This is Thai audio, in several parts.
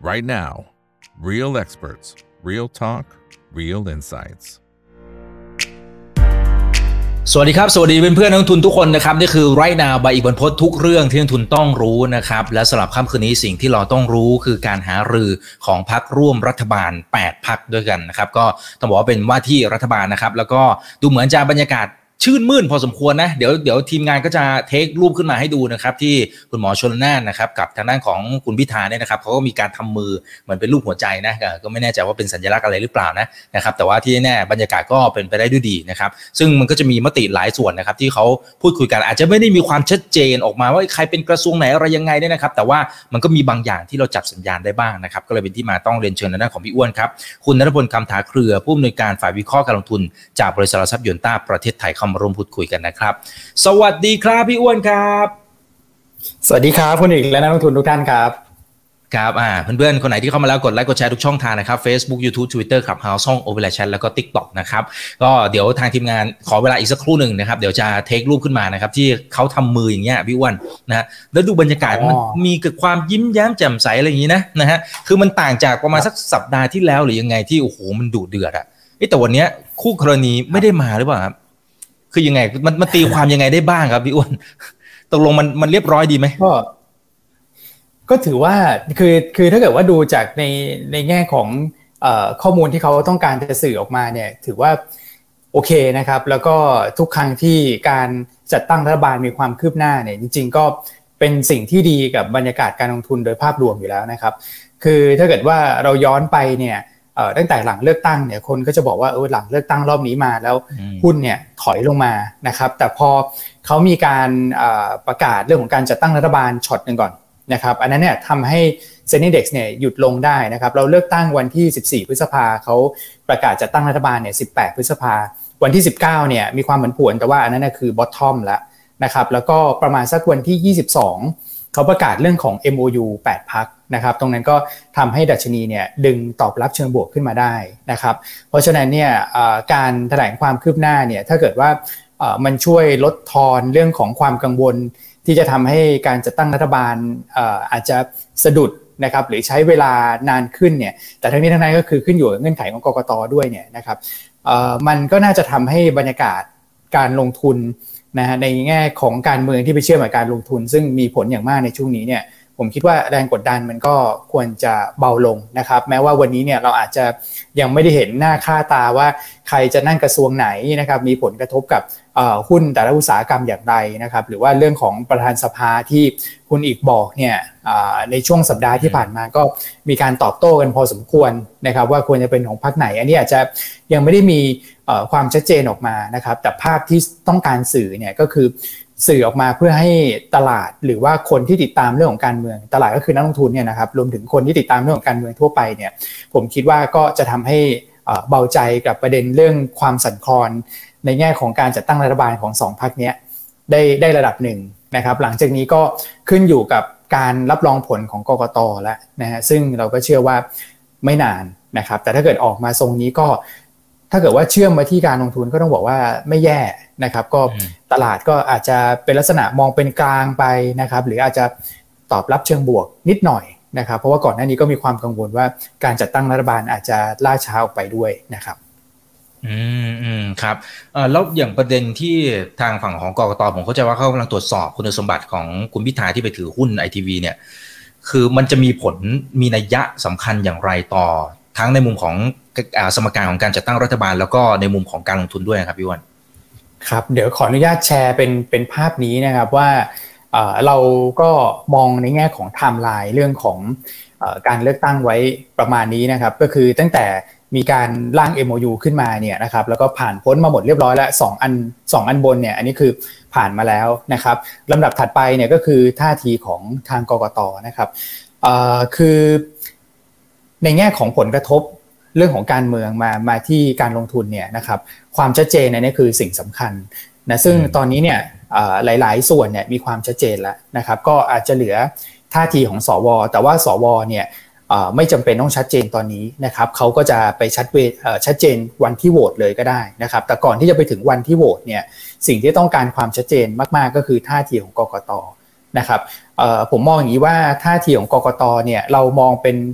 right now. Real experts, real talk, real insights. สวัสดีครับสวัสดีเพื่อนๆนักลงทุนทุกคนนะครับนี่คือ Right Now บายอีกบรรพตทุกเรื่องที่นักลงทุนต้องรู้นะครับและสำหรับค่ำคืนนี้สิ่งที่เราต้องรู้คือการหารือของพรรคร่วมรัฐบาล8พรรคด้วยกันนะครับก็ต้องบอกว่าเป็นว่าที่รัฐบาลนะครับแล้วก็ดูเหมือนจะบรรยากาศชื่นมื่นพอสมควรนะเดี๋ยวทีมงานก็จะเทครูปขึ้นมาให้ดูนะครับที่คุณหมอชลน่านนะครับกับทางด้านของคุณพิธาเนี่ยนะครับเขาก็มีการทำมือเหมือนเป็นรูปหัวใจนะก็ไม่แน่ใจว่าเป็นสัญลักษณ์อะไรหรือเปล่านะครับแต่ว่าที่แน่บรรยากาศก็เป็นไปได้ด้วยดีนะครับซึ่งมันก็จะมีมติหลายส่วนนะครับที่เขาพูดคุยกันอาจจะไม่ได้มีความชัดเจนออกมาว่าใครเป็นกระทรวงไหนอะไรยังไงเนี่ยนะครับแต่ว่ามันก็มีบางอย่างที่เราจับสัญญาณได้บ้างนะครับก็เลยเป็นที่มาต้องเรียนเชิญทางด้านของพี่อ้วนครับคุณณัฐพล คำถาเครือผู้อำนวยการฝ่ายวิเคราะห์การลงทุนจากบริษัทหลักทรัพย์ยนต้าประเทศไทยเข้ามาร่วมพูดคุยกันนะครับสวัสดีครับพี่อ้วนครับสวัสดีครับคุณอีกและนักลงทุนทุกท่านครับครับเพื่อนๆคนไหนที่เข้ามาแล้วกดไลค์กดแชร์ทุกช่องทางนะครับ Facebook YouTube Twitter ครับ House ช่อง Overlay Chat แล้วก็ TikTok นะครับก็เดี๋ยวทางทีมงานขอเวลาอีกสักครู่หนึ่งนะครับเดี๋ยวจะเทครูปขึ้นมานะครับที่เขาทำมืออย่างเงี้ยพี่อ้วนนะฮะแล้วดูบรรยากาศมันมีเกิดความยิ้มแย้มแจ่มใสอะไรอย่างงี้นะฮะคือมันต่างจากประมาณสักสัปดาห์ที่แล้วหรือยังไงที่โอ้โหมันดุเดือดแต่วันนี้คู่กรณีไม่ได้มาหรือเปล่าครับคือยังไงมันตีความยังไงได้บ้างครับพี่อ้วนตกลงมันเรียบร้อยดีไหมก็ถือว่าคือถ้าเกิดว่าดูจากในแง่ของข้อมูลที่เขาต้องการจะสื่อออกมาเนี่ยถือว่าโอเคนะครับแล้วก็ทุกครั้งที่การจัดตั้งรัฐบาลมีความคืบหน้าเนี่ยจริงๆก็เป็นสิ่งที่ดีกับบรรยากาศการลงทุนโดยภาพรวมอยู่แล้วนะครับคือถ้าเกิดว่าเราย้อนไปเนี่ยตั้งแต่หลังเลือกตั้งเนี่ยคนก็จะบอกว่าหลังเลือกตั้งรอบนี้มาแล้วหุ้นเนี่ยถอยลงมานะครับแต่พอเขามีการประกาศเรื่องของการจัดตั้งรัฐบาลช็อตนึงก่อนนะครับอันนั้นเนี่ยทำให้เซ็นดีเด็กซ์เนี่ยหยุดลงได้นะครับเราเลือกตั้งวันที่14พฤษภาเขาประกาศจัดตั้งรัฐบาลเนี่ย18พฤษภาวันที่19เนี่ยมีความผันผวนแต่ว่าอันนั้นคือบอททอมแล้วนะครับแล้วก็ประมาณสักวันที่22เขาประกาศเรื่องของ MOU 8 พรรคนะครับตรงนั้นก็ทำให้ดัชนีเนี่ยดึงตอบรับเชิงบวกขึ้นมาได้นะครับเพราะฉะนั้นเนี่ยการแถลงความคืบหน้าเนี่ยถ้าเกิดว่ามันช่วยลดทอนเรื่องของความกังวลที่จะทำให้การจัดตั้งรัฐบาลอาจจะสะดุดนะครับหรือใช้เวลานานขึ้นเนี่ยแต่ทั้งนี้ทั้งนั้นก็คือขึ้นอยู่กับเงื่อนไขของกกต.ด้วยเนี่ยนะครับมันก็น่าจะทำให้บรรยากาศการลงทุนนะฮะในแง่ของการเมืองที่ไปเชื่อมกับการลงทุนซึ่งมีผลอย่างมากในช่วงนี้เนี่ยผมคิดว่าแรงกดดันมันก็ควรจะเบาลงนะครับแม้ว่าวันนี้เนี่ยเราอาจจะยังไม่ได้เห็นหน้าค่าตาว่าใครจะนั่งกระทรวงไหนนะครับมีผลกระทบกับหุ้นแต่ละอุตสาหกรรมอย่างไรนะครับหรือว่าเรื่องของประธานสภาที่คุณอีกบอกเนี่ยในช่วงสัปดาห์ที่ผ่านมาก็มีการตอบโต้กันพอสมควรนะครับว่าควรจะเป็นของพรรคไหนอันนี้อาจจะยังไม่ได้มีความชัดเจนออกมานะครับแต่ภาพที่ต้องการสื่อเนี่ยก็คือสื่อออกมาเพื่อให้ตลาดหรือว่าคนที่ติดตามเรื่องของการเมืองตลาดก็คือนักลงทุนเนี่ยนะครับรวมถึงคนที่ติดตามเรื่องของการเมืองทั่วไปเนี่ยผมคิดว่าก็จะทำให้เบาใจกับประเด็นเรื่องความสั่นคลอนในแง่ของการจัดตั้งรัฐบาลของ2 พรรคนี้ได้ระดับหนึ่งนะครับหลังจากนี้ก็ขึ้นอยู่กับการรับรองผลของกกต.แล้วนะฮะซึ่งเราก็เชื่อว่าไม่นานนะครับแต่ถ้าเกิดออกมาทรงนี้ก็ถ้าเกิดว่าเชื่อมมาที่การลงทุนก็ต้องบอกว่าไม่แย่นะครับก็ตลาดก็อาจจะเป็นลักษณะมองเป็นกลางไปนะครับหรืออาจจะตอบรับเชิงบวกนิดหน่อยนะครับเพราะว่าก่อนหน้านี้ก็มีความกังวลว่าการจัดตั้งรัฐบาลอาจจะล่าช้าออกไปด้วยนะครับครับแล้วอย่างประเด็นที่ทางฝั่งของกกต.ผมเข้าใจว่าเขากำลังตรวจสอบคุณสมบัติของคุณพิธาที่ไปถือหุ้น ITV เนี่ยคือมันจะมีผลมีนัยยะสำคัญอย่างไรต่อทั้งในมุมของสมการของการจัดตั้งรัฐบาลแล้วก็ในมุมของการลงทุนด้วยครับพี่อ้วนครับเดี๋ยวขออนุญาตแชร์เป็นภาพนี้นะครับว่าเราก็มองในแง่ของไทม์ไลน์เรื่องของการเลือกตั้งไว้ประมาณนี้นะครับก็คือตั้งแต่มีการร่าง MOU ขึ้นมาเนี่ยนะครับแล้วก็ผ่านพ้นมาหมดเรียบร้อยแล้ว2 อันบนเนี่ยอันนี้คือผ่านมาแล้วนะครับลำดับถัดไปเนี่ยก็คือท่าทีของทางกกต.นะครับคือในแง่ของผลกระทบเรื่องของการเมืองมาที่การลงทุนเนี่ยนะครับความชัดเจนนี่คือสิ่งสำคัญนะซึ่งตอนนี้เนี่ยหลายๆส่วนเนี่ยมีความชัดเจนแล้วนะครับก็อาจจะเหลือท่าทีของสวแต่ว่าสวเนี่ยไม่จำเป็นต้องชัดเจนตอนนี้นะครับเขาก็จะไปชัดเจนวันที่โหวตเลยก็ได้นะครับแต่ก่อนที่จะไปถึงวันที่โหวตเนี่ยสิ่งที่ต้องการความชัดเจนมากๆก็คือท่าทีของกกต.นะครับผมมองอย่างนี้ว่าท่าทีของกกต.เนี่ยเรามองเป็น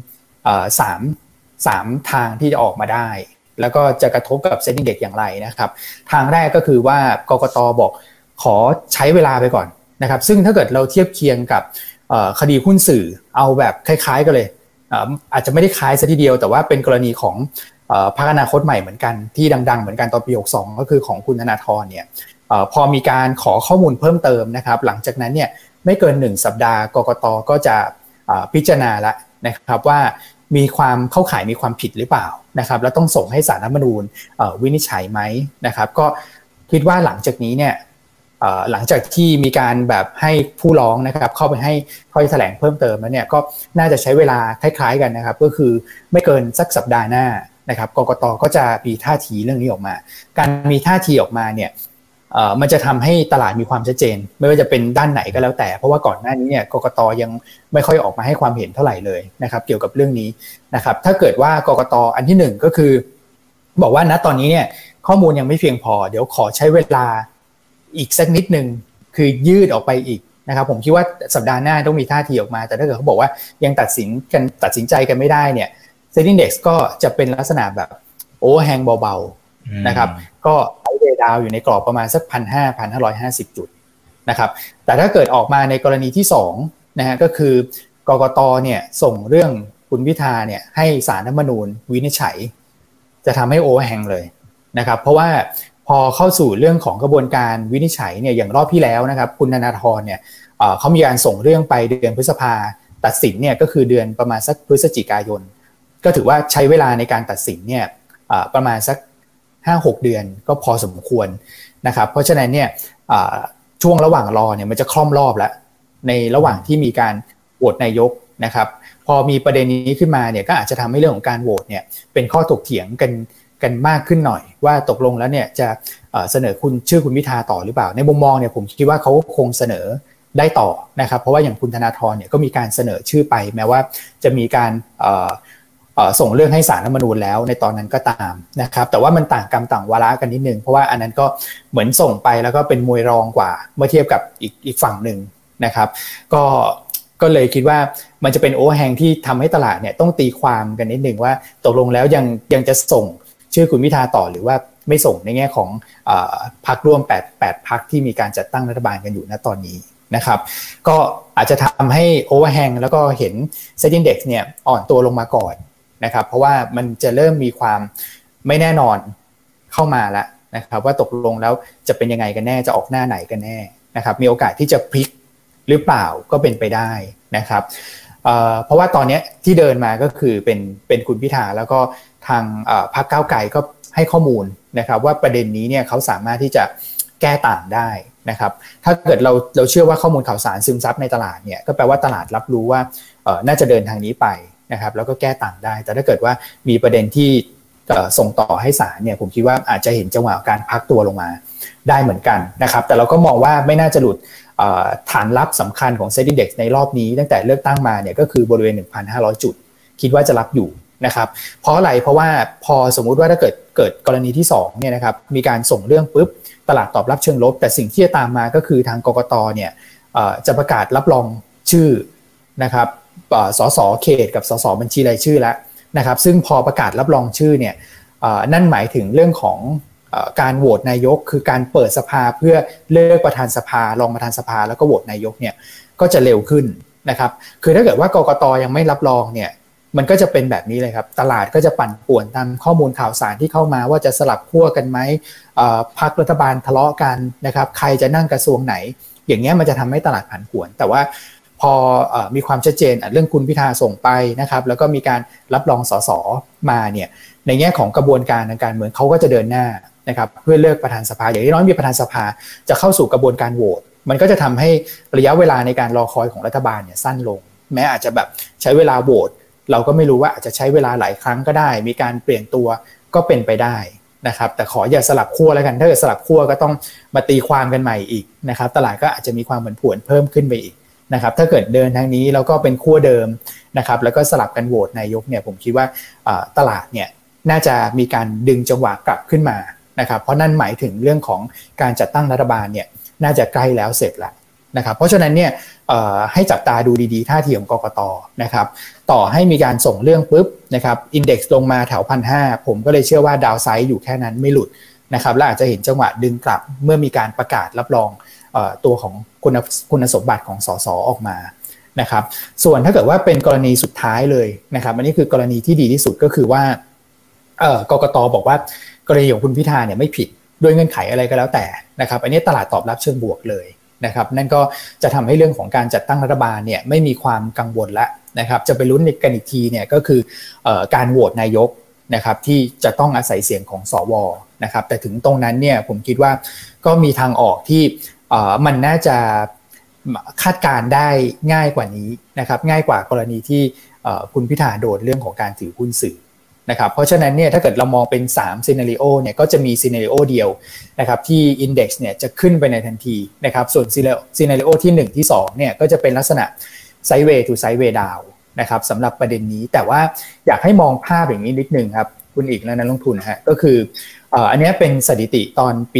สามทางที่จะออกมาได้แล้วก็จะกระทบกับเซ็นดิ้งเด็กอย่างไรนะครับทางแรกก็คือว่ากกต.บอกขอใช้เวลาไปก่อนนะครับซึ่งถ้าเกิดเราเทียบเคียงกับคดีหุ้นสื่อเอาแบบคล้ายๆกันเลยอาจจะไม่ได้คล้ายซะทีเดียวแต่ว่าเป็นกรณีของพรรคอนาคตใหม่เหมือนกันที่ดังๆเหมือนกันตอนปี62ก็คือของคุณธนาธรเนี่ยพอมีการขอข้อมูลเพิ่มเติมนะครับหลังจากนั้นเนี่ยไม่เกิน1สัปดาห์กกต.ก็จะพิจารณาแล้วนะครับว่ามีความเข้าข่ายมีความผิดหรือเปล่านะครับแล้วต้องส่งให้ศาลรัฐธรรมนูญวินิจฉัยไหมนะครับก็คิดว่าหลังจากนี้เนี่ยหลังจากที่มีการแบบให้ผู้ร้องนะครับเข้าไปให้ข้อแถลงเพิ่มเติมแล้วเนี่ยก็น่าจะใช้เวลาคล้ายๆกันนะครับก็คือไม่เกินสักสัปดาห์หน้านะครับกกต.ก็จะมีท่าทีเรื่องนี้ออกมาการมีท่าทีออกมาเนี่ยมันจะทำให้ตลาดมีความชัดเจนไม่ว่าจะเป็นด้านไหนก็แล้วแต่เพราะว่าก่อนหน้านี้เนี่ยกกต.ยังไม่ค่อยออกมาให้ความเห็นเท่าไหร่เลยนะครับเกี่ยวกับเรื่องนี้นะครับถ้าเกิดว่ากกต.อันที่1ก็คือบอกว่าณตอนนี้เนี่ยข้อมูลยังไม่เพียงพอเดี๋ยวขอใช้เวลาอีกสักนิดนึงคือยืดออกไปอีกนะครับผมคิดว่าสัปดาห์หน้าต้องมีท่าทีออกมาแต่ถ้าเกิดเขาบอกว่ายังตัดสินใจกันไม่ได้เนี่ยเซ็นดิ้งเด็กซ์ก็จะเป็นลักษณะแบบโอเวอร์แฮงเบาๆนะครับก็ไซด์เวย์ดาวอยู่ในกรอบประมาณสัก 1,550 จุดนะครับแต่ถ้าเกิดออกมาในกรณีที่2นะฮะก็คือกกต.เนี่ยส่งเรื่องคุณพิธาเนี่ยให้ศาลรัฐธรรมนูญวินิจฉัยจะทำให้โอเวอร์แฮงเลยนะครับเพราะว่าพอเข้าสู่เรื่องของกระบวนการวินิจฉัยเนี่ยอย่างรอบที่แล้วนะครับคุณธนาธรเนี่ยเขามีการส่งเรื่องไปเดือนพฤษภาตัดสินเนี่ยก็คือเดือนประมาณสักพฤศจิกายนก็ถือว่าใช้เวลาในการตัดสินเนี่ยประมาณสัก 5-6 เดือนก็พอสมควรนะครับเพราะฉะนั้นเนี่ยช่วงระหว่างรอเนี่ยมันจะคล่อมรอบแล้วในระหว่างที่มีการโหวตนายกนะครับพอมีประเด็นนี้ขึ้นมาเนี่ยก็อาจจะทำให้เรื่องของการโหวตเนี่ยเป็นข้อถกเถียงกันมากขึ้นหน่อยว่าตกลงแล้วเนี่ยจะเสนอชื่อคุณพิธาต่อหรือเปล่าในมุมมองเนี่ยผมคิดว่าเขาคงเสนอได้ต่อนะครับเพราะว่าอย่างคุณธนาธรเนี่ยก็มีการเสนอชื่อไปแม้ว่าจะมีการส่งเรื่องให้ศาลรัฐธรรมนูญแล้วในตอนนั้นก็ตามนะครับแต่ว่ามันต่างกรรมต่างวาระกันนิดนึงเพราะว่าอันนั้นก็เหมือนส่งไปแล้วก็เป็นมวยรองกว่าเมื่อเทียบกับอีกฝั่งหนึ่งนะครับก็เลยคิดว่ามันจะเป็นโอเวอร์แฮงที่ทำให้ตลาดเนี่ยต้องตีความกันนิดนึงว่าตกลงแล้วยังจะส่งชื่อคุณพิธาต่อหรือว่าไม่ส่งในแง่ของพรรคร่วม8พรรคที่มีการจัดตั้งรัฐบาลกันอยู่ณตอนนี้นะครับก็อาจจะทำให้โอเวอร์แฮงแล้วก็เห็นเซ็นดิ้งเด็กซ์เนี่ยอ่อนตัวลงมาก่อนนะครับเพราะว่ามันจะเริ่มมีความไม่แน่นอนเข้ามาแล้วนะครับว่าตกลงแล้วจะเป็นยังไงกันแน่จะออกหน้าไหนกันแน่นะครับมีโอกาสที่จะพลิกหรือเปล่าก็เป็นไปได้นะครับเพราะว่าตอนนี้ที่เดินมาก็คือเป็นคุณพิธาแล้วก็ทางพรรคก้าวไกลก็ให้ข้อมูลนะครับว่าประเด็นนี้เนี่ยเขาสามารถที่จะแก้ต่างได้นะครับถ้าเกิดเราเชื่อว่าข้อมูลข่าวสารซึมซับในตลาดเนี่ยก็แปลว่าตลาดรับรู้ว่าน่าจะเดินทางนี้ไปนะครับแล้วก็แก้ต่างได้แต่ถ้าเกิดว่ามีประเด็นที่ส่งต่อให้ศาลเนี่ยผมคิดว่าอาจจะเห็นจังหวะการพักตัวลงมาได้เหมือนกันนะครับแต่เราก็มองว่าไม่น่าจะหลุดฐานรับสำคัญของ Set Index ในรอบนี้ตั้งแต่เลือกตั้งมาเนี่ยก็คือบริเวณ 1,500 จุดคิดว่าจะรับอยู่นะครับเพราะอะไรเพราะว่าพอสมมุติว่าถ้าเกิดกรณีที่2เนี่ยนะครับมีการส่งเรื่องปุ๊บตลาดตอบรับเชิงลบแต่สิ่งที่จะตามมาก็คือทางกกต.เนี่ยจะประกาศรับรองชื่อนะครับสสเขตกับสสบัญชีรายชื่อแล้วนะครับซึ่งพอประกาศรับรองชื่อเนี่ยนั่นหมายถึงเรื่องของการโหวตนายกคือการเปิดสภาเพื่อเลือกประธานสภารองประธานสภาแล้วก็โหวตนายกเนี่ยก็จะเร็วขึ้นนะครับคือถ้าเกิดว่ากกต.ยังไม่รับรองเนี่ยมันก็จะเป็นแบบนี้เลยครับตลาดก็จะปั่นป่วนตามข้อมูลข่าวสารที่เข้ามาว่าจะสลับขั้วกันไหมพรรครัฐบาลทะเลาะกันนะครับใครจะนั่งกระทรวงไหนอย่างเงี้ยมันจะทำให้ตลาดผันผวนแต่ว่าพอมีความชัดเจนเรื่องคุณพิธาส่งไปนะครับแล้วก็มีการรับรองสสมาเนี่ยในแง่ของกระบวนการทางการเมืองเขาก็จะเดินหน้านะครับเพื่อเลือกประธานสภาอย่างที่น้อยมีประธานสภาจะเข้าสู่กระบวนการโหวตมันก็จะทำให้ระยะเวลาในการรอคอยของรัฐบาลเนี่ยสั้นลงแม้อาจจะแบบใช้เวลาโหวตเราก็ไม่รู้ว่าอาจจะใช้เวลาหลายครั้งก็ได้มีการเปลี่ยนตัวก็เป็นไปได้นะครับแต่ขออย่าสลับขั้วแล้วกันถ้าเกิดสลับขั้วก็ต้องมาตีความกันใหม่อีกนะครับตลาดก็อาจจะมีความผันผวนเพิ่มขึ้นไปอีกนะครับถ้าเกิดเดินทางนี้แล้วก็เป็นขั้วเดิมนะครับแล้วก็สลับกันโหวตนายกเนี่ยผมคิดว่าตลาดเนี่ยน่าจะมีการดึงจังหวะกลับขึ้นมานะครับเพราะนั่นหมายถึงเรื่องของการจัดตั้งรัฐบาลเนี่ยน่าจะใกล้แล้วเสร็จแล้วนะครับเพราะฉะนั้นเนี่ยให้จับตาดูดีๆท่าทีของกกต.นะครับต่อให้มีการส่งเรื่องปุ๊บนะครับอินเด็กซ์ลงมาแถว 1,500 ผมก็เลยเชื่อว่าดาวไซด์อยู่แค่นั้นไม่หลุดนะครับและอาจจะเห็นจังหวะดึงกลับเมื่อมีการประกาศรับรองตัวของคุณสมบัติของสสออกมานะครับส่วนถ้าเกิดว่าเป็นกรณีสุดท้ายเลยนะครับอันนี้คือกรณีที่ดีที่สุดก็คือว่ากกต.บอกว่ากรณีของคุณพิธาเนี่ยไม่ผิดด้วยเงื่อนไขอะไรก็แล้วแต่นะครับอันนี้ตลาดตอบรับเชิงบวกเลยนะครับนั่นก็จะทำให้เรื่องของการจัดตั้งรัฐบาลเนี่ยไม่มีความกังวลละนะครับจะไปลุ้นกันอีกทีเนี่ยก็คือการโหวตนายกนะครับที่จะต้องอาศัยเสียงของสวนะครับแต่ถึงตรงนั้นเนี่ยผมคิดว่าก็มีทางออกที่มันน่าจะคาดการได้ง่ายกว่านี้นะครับง่ายกว่ากรณีที่คุณพิธาโดนเรื่องของการถือหุ้นสื่อนะครับเพราะฉะนั้นเนี่ยถ้าเกิดเรามองเป็น3ซีนาริโอเนี่ยก็จะมีซีนาริโอเดียวนะครับที่ Index เนี่ยจะขึ้นไปในทันทีนะครับส่วนซีนาริโอที่1ที่2เนี่ยก็จะเป็นลักษณะไซด์เวย์ทูไซด์เวย์ดาวน์นะครับสำหรับประเด็นนี้แต่ว่าอยากให้มองภาพอย่างนี้นิดนึงครับคุณอีกและนักลงทุนฮะก็คืออันนี้เป็นสถิติตอนปี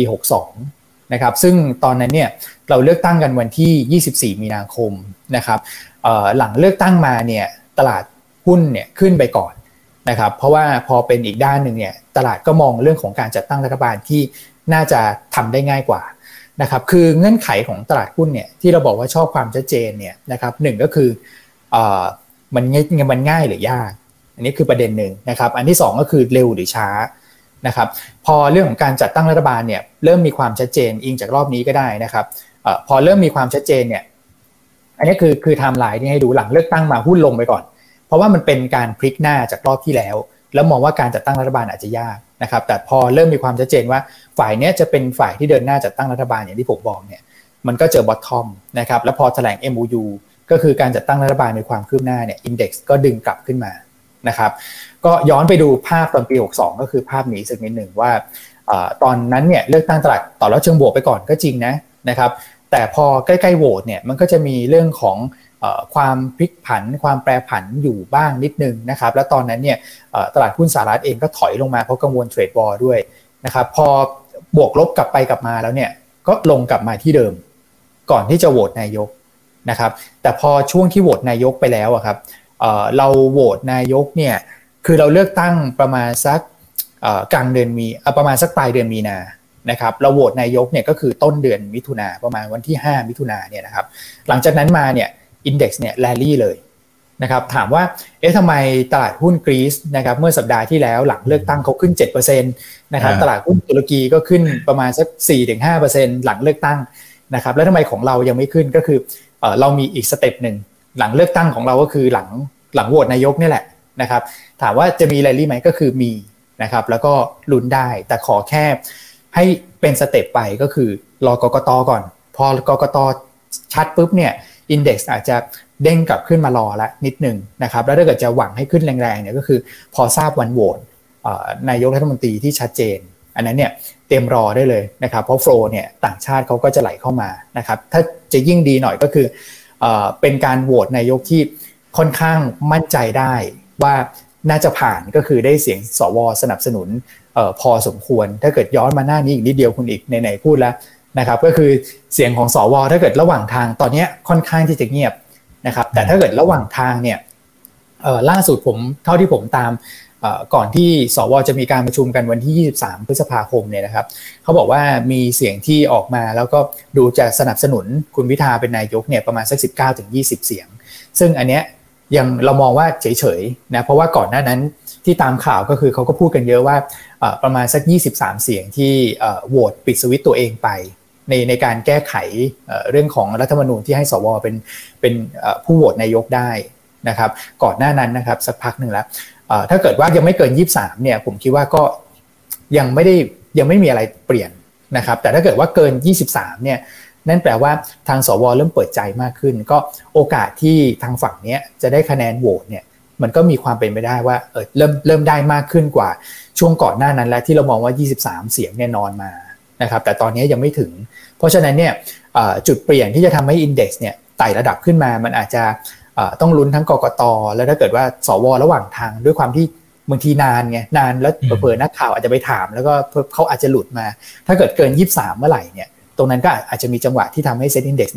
62นะครับซึ่งตอนนั้นเนี่ยเราเลือกตั้งกันวันที่24มีนาคมนะครับหลังเลือกตั้งมาเนี่ยตลาดหุ้นเนี่ยขึ้นไปก่อนนะครับเพราะว่าพอเป็นอีกด้านหนึ่งเนี่ยตลาดก็มองเรื่องของการจัดตั้งรัฐบาลที่น่าจะทำได้ง่ายกว่านะครับคือเงื่อนไขของตลาดหุ้นเนี่ยที่เราบอกว่าชอบความชัดเจนเนี่ยนะครับหนึ่งก็คือมันง่ายหรือยากอันนี้คือประเด็นหนึ่งนะครับอันที่2ก็คือเร็วหรือช้านะครับพอเรื่องของการจัดตั้งรัฐบาลเนี่ยเริ่มมีความชัดเจนอิงจากรอบนี้ก็ได้นะครับพอเริ่มมีความชัดเจนเนี่ยอันนี้คือไทม์ไลน์ที่ให้ดูหลังเลือกตั้งมาหุ้นลงไปก่อนเพราะว่ามันเป็นการพลิกหน้าจากรอบที่แล้วมองว่าการจัดตั้งรัฐบาลอาจจะยากนะครับแต่พอเริ่มมีความชัดเจนว่าฝ่ายนี้จะเป็นฝ่ายที่เดินหน้าจัดตั้งรัฐบาลอย่างที่ผมบอกเนี่ยมันก็เจอบอททอมนะครับแล้วพอแถลง MOU ก็คือการจัดตั้งรัฐบาลมีความคืบหน้าเนี่ยอินเด็กซ์ก็ดึงกลับขึ้นมานะครับก็ย้อนไปดูภาพตอนปี62ก็คือภาพนี้สักนิดหนึ่งว่าตอนนั้นเนี่ยเลือกตั้งตลาดต่อแล้วเชิงบวกไปก่อนก็จริงนะครับแต่พอใกล้ๆโหวตเนี่ยมันก็จะมีเรื่องของความพลิกผันความแปรผันอยู่บ้างนิดนึงนะครับแล้วตอนนั้นเนี่ยตลาดหุ้นสหรัฐเองก็ถอยลงมาเพราะกังวลเทรดวอร์ด้วยนะครับพอบวกลบกลับไปกลับมาแล้วเนี่ยก็ลงกลับมาที่เดิมก่อนที่จะโหวตนายกนะครับแต่พอช่วงที่โหวตนายกไปแล้วอะครับเราโหวตนายกเนี่ยคือเราเลือกตั้งประมาณสักกลางเดือนประมาณสักปลายเดือนมีนานะครับเราโหวตนายกเนี่ยก็คือต้นเดือนมิถุนาประมาณวันที่5มิถุนาเนี่ยนะครับหลังจากนั้นมาเนี่ยอินเด็กซ์เนี่ยแรลลี่เลยนะครับถามว่าทำไมตลาดหุ้นกรีซนะครับเมื่อสัปดาห์ที่แล้วหลังเลือกตั้งเขาขึ้น 7% นะครับตลาดหุ้นตุรกีก็ขึ้นประมาณสัก 4-5% หลังเลือกตั้งนะครับแล้วทำไมของเรายังไม่ขึ้นก็คือเรามีอีกสเต็ปหนึ่งหลังเลือกตั้งของเราก็คือหลังโหวตนายกนี่แหละนะครับถามว่าจะมีแรลลี่ไหมก็คือมีนะครับแล้วก็ลุ้นได้แต่ขอแค่ให้เป็นสเต็ปไปก็คือรอกกต.ก่อนพอกกต.ชัดปุ๊บเนี่ยอินเด็กซ์อาจจะเด้งกลับขึ้นมารอละนิดนึงนะครับแล้วถ้าเกิดจะหวังให้ขึ้นแรงๆเนี่ยก็คือพอทราบวันโหวตนายกรัฐมนตรีที่ชัดเจนอันนั้นเนี่ยเตรียมรอได้เลยนะครับเพราะโฟลว์เนี่ยต่างชาติเขาก็จะไหลเข้ามานะครับถ้าจะยิ่งดีหน่อยก็คือเป็นการโหวตนายกที่ค่อนข้างมั่นใจได้ว่าน่าจะผ่านก็คือได้เสียงสวสนับสนุนพอสมควรถ้าเกิดย้อนมาหน้านี้อีกนิดเดียวคุณอีกไหนๆพูดแล้วนะครับก็คือเสียงของสวถ้าเกิดระหว่างทางตอนนี้ค่อนข้างที่จะเงียบนะครับแต่ถ้าเกิดระหว่างทางเนี่ยล่าสุดผมเท่าที่ผมตามก่อนที่สวจะมีการประชุมกันวันที่23พฤษภาคมเนี่ยนะครับเขาบอกว่ามีเสียงที่ออกมาแล้วก็ดูจะสนับสนุนคุณพิธาเป็นนายกเนี่ยประมาณสัก 19-20 เสียงซึ่งอันเนี้ยยังเรามองว่าเฉยๆนะเพราะว่าก่อนหน้านั้นที่ตามข่าวก็คือเขาก็พูดกันเยอะว่าประมาณสัก23เสียงที่โหวตปิดสวิตช์ตัวเองไปในการแก้ไขเรื่องของรัฐธรรมนูญที่ให้สวเป็นผู้โหวตนายกได้นะครับก่อนหน้านั้นนะครับสักพักหนึ่งแล้วถ้าเกิดว่ายังไม่เกิน23เนี่ยผมคิดว่าก็ยังไม่มีอะไรเปลี่ยนนะครับแต่ถ้าเกิดว่าเกิน23เนี่ยนั่นแปลว่าทางสวเริ่มเปิดใจมากขึ้นก็โอกาสที่ทางฝั่งนี้จะได้คะแนนโหวตเนี่ยมันก็มีความเป็นไปได้ว่าเริ่มได้มากขึ้นกว่าช่วงก่อนหน้านั้นแล้วที่เรามองว่า23เสียงแน่นอนมานะครับแต่ตอนนี้ยังไม่ถึงเพราะฉะนั้นเนี่ยจุดเปลี่ยนที่จะทำให้อินเด็กซ์เนี่ยไต่ระดับขึ้นมามันอาจจะต้องลุ้นทั้งกกต.แล้วถ้าเกิดว่าสวระหว่างทางด้วยความที่บางทีนานแล้วเผลอนักข่าวอาจจะไปถามแล้วก็เขาอาจจะหลุดมาถ้าเกิดเกิน23เมื่อไหร่เนี่ยตรงนั้นก็อาจจะมีจังหวะที่ทำให้เซ็ตอินเด็กซ์เนี่ย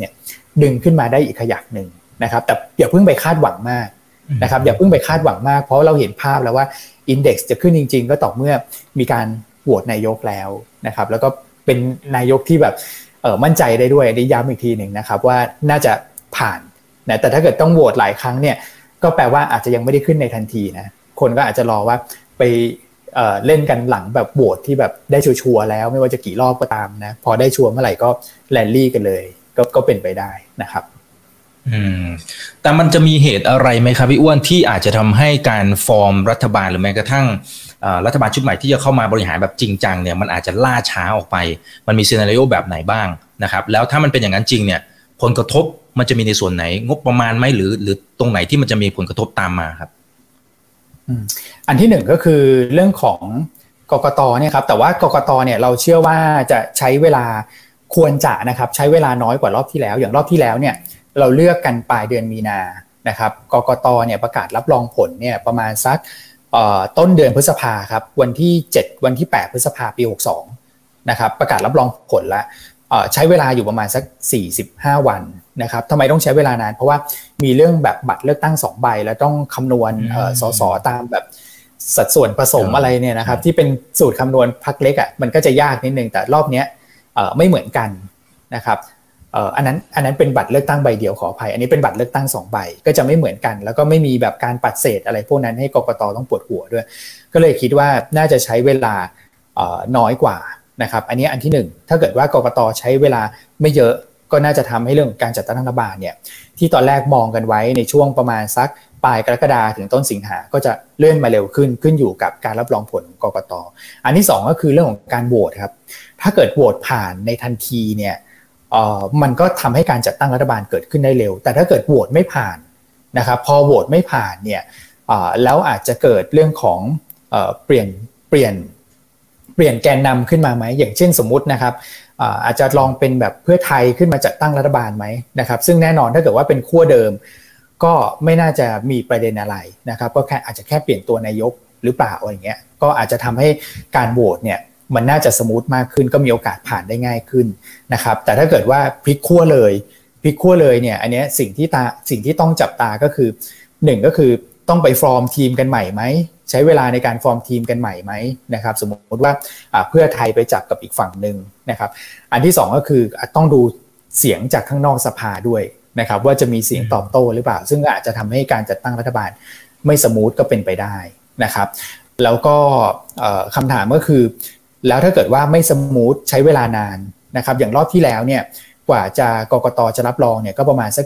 ดึงขึ้นมาได้อีกขยักหนึ่งนะครับแต่อย่าเพิ่งไปคาดหวังมากนะครับอย่าเพิ่งไปคาดหวังมากเพราะเราเห็นภาพแล้วว่าอินเด็กซ์จะขึ้นจริงๆก็ต่อเมื่อมีการโหวตนายกแล้วนะครับแล้วก็เป็นนายกที่แบบมั่นใจได้ด้วยได้ย้ำอีกทีหนึ่งนะครับว่าน่าจะผ่านนะแต่ถ้าเกิดต้องโหวตหลายครั้งเนี่ยก็แปลว่าอาจจะยังไม่ได้ขึ้นในทันทีนะคนก็อาจจะรอว่าไปเล่นกันหลังแบบโหวตที่แบบได้ชัวร์แล้วไม่ว่าจะกี่รอบก็ตามนะพอได้ชัวร์เมื่อไหร่ก็แรลลี่กันเลยก็เป็นไปได้นะครับแต่มันจะมีเหตุอะไรไหมครับพี่อ้วนที่อาจจะทำให้การฟอร์มรัฐบาลหรือแม้กระทั่งรัฐบาลชุดใหม่ที่จะเข้ามาบริหารแบบจริงจังเนี่ยมันอาจจะล่าช้าออกไปมันมีซีนาริโอแบบไหนบ้างนะครับแล้วถ้ามันเป็นอย่างนั้นจริงเนี่ยผลกระทบมันจะมีในส่วนไหนงบประมาณไหมหรือตรงไหนที่มันจะมีผลกระทบตามมาครับอันที่หนึ่งก็คือเรื่องของกกตเนี่ยครับแต่ว่ากกตเนี่ยเราเชื่อว่าจะใช้เวลาควรจะนะครับใช้เวลาน้อยกว่ารอบที่แล้วอย่างรอบที่แล้วเนี่ยเราเลือกกันปลายเดือนมีนานะครับกกตเนี่ยประกาศรับรองผลเนี่ยประมาณสักต้นเดือนพฤษภาครับวันที่7วันที่8พฤษภาปี62นะครับประกาศรับรองผลแล้วใช้เวลาอยู่ประมาณสัก45วันนะครับทำไมต้องใช้เวลานานเพราะว่ามีเรื่องแบบบัตรเลือกตั้ง2ใบแล้วต้องคำนวณสสตามแบบสัดส่วนผสมอะไรเนี่ยนะครับที่เป็นสูตรคำนวณพรรคเล็กอ่ะมันก็จะยากนิดนึงแต่รอบนี้ไม่เหมือนกันนะครับอันนั้นเป็นบัตรเลือกตั้งใบเดียวขออภัยอันนี้เป็นบัตรเลือกตั้ง2ใบก็จะไม่เหมือนกันแล้วก็ไม่มีแบบการปัดเศษอะไรพวกนั้นให้กกตต้องปวดหัวด้วยก็เลยคิดว่าน่าจะใช้เวลาน้อยกว่านะครับอันนี้อันที่1ถ้าเกิดว่ากกตใช้เวลาไม่เยอะก็น่าจะทำให้เรื่องการจัดตั้งรัฐบาลเนี่ยที่ตอนแรกมองกันไว้ในช่วงประมาณสักปลายกรกฎาคมถึงต้นสิงหาก็จะเลื่อนมาเร็วขึ้นอยู่กับการรับรองผลของกกตอันที่2ก็คือเรื่องของการโหวตครับถ้าเกิดโหวตผ่านในทันทีเนี่ยมันก็ทำให้การจัดตั้งรัฐบาลเกิดขึ้นได้เร็วแต่ถ้าเกิดโหวตไม่ผ่านนะครับพอโหวตไม่ผ่านเนี่ยแล้วอาจจะเกิดเรื่องของเปลี่ยนแกนนำขึ้นมาไหมอย่างเช่นสมมุตินะครับอาจจะลองเป็นแบบเพื่อไทยขึ้นมาจัดตั้งรัฐบาลไหมนะครับซึ่งแน่นอนถ้าเกิดว่าเป็นขั้วเดิมก็ไม่น่าจะมีประเด็นอะไรนะครับก็อาจจะแค่เปลี่ยนตัวนายกหรือเปล่าอะไรเงี้ยก็อาจจะทำให้การโหวตเนี่ยมันน่าจะสมูทมากขึ้นก็มีโอกาสผ่านได้ง่ายขึ้นนะครับแต่ถ้าเกิดว่าพลิกขั้วเลยเนี่ยอันนี้สิ่งที่ต้องจับตาก็คือ1ก็คือต้องไปฟอร์มทีมกันใหม่ไหมใช้เวลาในการฟอร์มทีมกันใหม่ไหมนะครับสมมติว่าเพื่อไทยไปจับกับอีกฝั่งหนึ่งนะครับอันที่2ก็คือต้องดูเสียงจากข้างนอกสภาด้วยนะครับว่าจะมีเสียงตอบโต้หรือเปล่าซึ่งอาจจะทำให้การจัดตั้งรัฐบาลไม่สมูทก็เป็นไปได้นะครับแล้วก็คำถามก็คือแล้วถ้าเกิดว่าไม่สมูทใช้เวลานานนะครับอย่างรอบที่แล้วเนี่ยกว่าจะกกตจะรับรองเนี่ยก็ประมาณสัก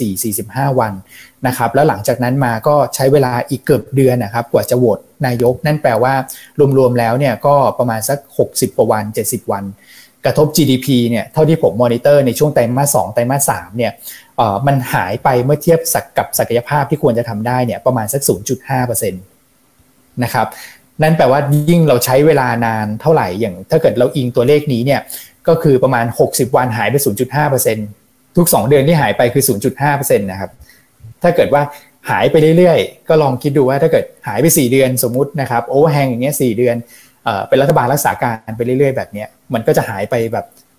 44-45 วันนะครับแล้วหลังจากนั้นมาก็ใช้เวลาอีกเกือบเดือนนะครับกว่าจะโหวตนายกนั่นแปลว่ารวมๆแล้วเนี่ยก็ประมาณสัก60กว่าวัน70วันกระทบ GDP เนี่ยเท่าที่ผมมอนิเตอร์ในช่วงไตรมาส2ไตรมาส3เนี่ยมันหายไปเมื่อเทียบกับศักยภาพที่ควรจะทำได้เนี่ยประมาณสัก 0.5% นะครับนั่นแปลว่ายิ่งเราใช้เวลานานเท่าไหร่อย่างถ้าเกิดเราอิงตัวเลขนี้เนี่ยก็คือประมาณ60วันหายไป 0.5% ทุก2เดือนที่หายไปคือ 0.5% นะครับถ้าเกิดว่าหายไปเรื่อยๆก็ลองคิดดูว่าถ้าเกิดหายไป4เดือนสมมุตินะครับโอเวอร์แฮงอย่างเงี้ย4เดือนเป็นรัฐบาลรักษาการไปเรื่อยๆแบบนี้มันก็จะหายไปแบบ